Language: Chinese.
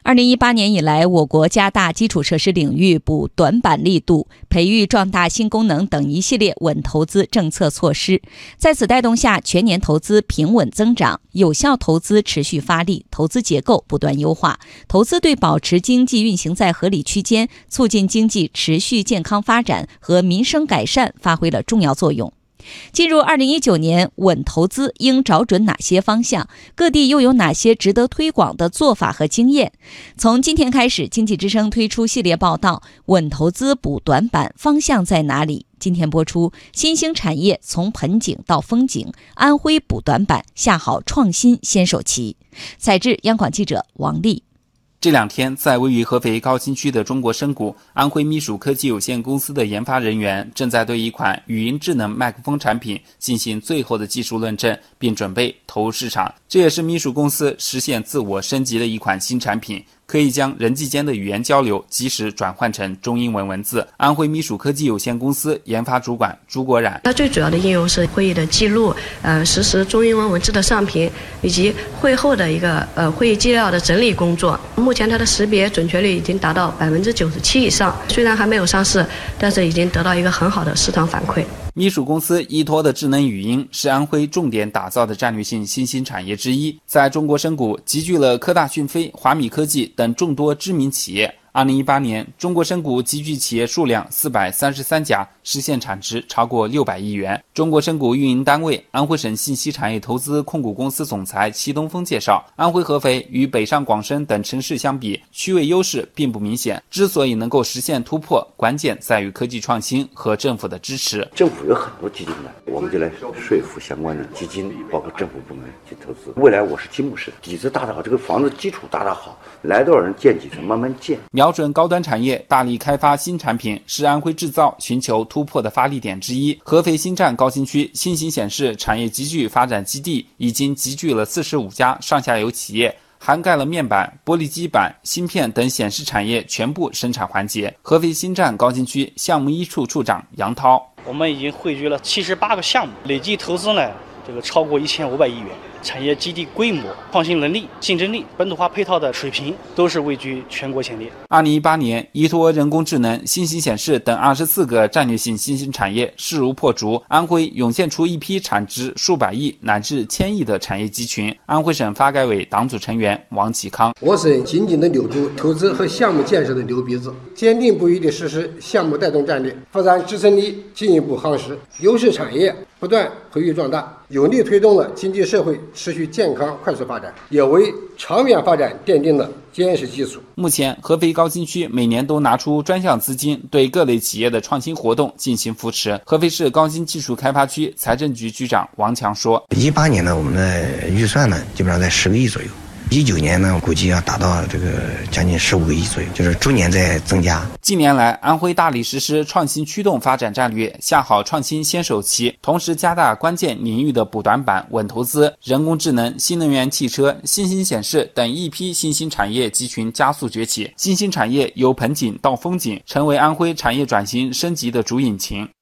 2018年以来，我国加大基础设施领域补短板力度，培育壮大新功能等一系列稳投资政策措施。在此带动下，全年投资平稳增长，有效投资持续发力，投资结构不断优化，投资对保持经济运行在合理区间、促进经济持续健康发展和民生改善发挥了重要作用。进入2019年，稳投资应找准哪些方向？各地又有哪些值得推广的做法和经验？从今天开始，经济之声推出系列报道，稳投资补短板，方向在哪里？今天播出新兴产业从盆景到风景，安徽补短板，下好创新先手棋。采制央广记者王丽。 这两天，在位于合肥高新区的中国深谷安徽咪属科技有限公司的研发人员正在对一款语音智能麦克风产品进行最后的技术论证，并准备投入市场。这也是咪属公司实现自我升级的一款新产品，可以将人际间的语言交流及时转换成中英文文字。安徽咪属科技有限公司研发主管朱国冉： 它最主要的应用是会议的记录，实时中英文文字的上屏，以及会后的一个会议纪要的整理工作。目前它的识别准确率已经达到97%以上，虽然还没有上市，但是已经得到一个很好的市场反馈。 咪属公司依托的智能语音是安徽重点打造的战略性新兴产业之一，在中国深谷集聚了科大讯飞、华米科技等众多知名企业。2018年，中国深谷集聚企业数量433家，实现产值超过600亿元。中国深谷运营单位安徽省信息产业投资控股公司总裁戚东风介绍，安徽合肥与北上广深等城市相比，区位优势并不明显。之所以能够实现突破，关键在于科技创新和政府的支持。 政府有很多基金的，我们就来说服相关的基金，包括政府部门去投资。未来我是积木式，底子打好，这个房子基础打好，来多少人建几层，慢慢建。 瞄准高端产业，大力开发新产品，是安徽制造寻求突破的发力点之一。合肥新站高新区新型显示产业集聚发展基地已经集聚了45家上下游企业，涵盖了面板、玻璃基板、芯片等显示产业全部生产环节。合肥新站高新区项目一处处长杨涛： 我们已经汇聚了78个项目，累计投资呢超过1500亿元。产业基地规模、创新能力、竞争力、本土化配套的水平都是位居全国前列。 2018年，依托人工智能、新型显示等24个战略性新兴产业势如破竹，安徽涌现出一批产值数百亿乃至千亿的产业集群。安徽省发改委党组成员王启康： 我省紧紧地扭住投资和项目建设的牛鼻子，坚定不移地实施项目带动战略，发展支撑力进一步夯实，优势产业不断培育壮大，有力推动了经济社会持续健康快速发展，也为长远发展奠定了坚实基础。 目前，合肥高新区每年都拿出专项资金对各类企业的创新活动进行扶持。合肥市高新技术开发区财政局局长王强说 ：18年呢，我们的预算呢，基本上在10个亿左右。19年呢，估计要达到将近15个亿左右，就是逐年在增加。 近年来，安徽大力实施创新驱动发展战略，下好创新先手棋，同时加大关键领域的补短板、稳投资，人工智能、新能源汽车、新型显示等一批新兴产业集群加速崛起，新兴产业由盆景到风景，成为安徽产业转型升级的主引擎。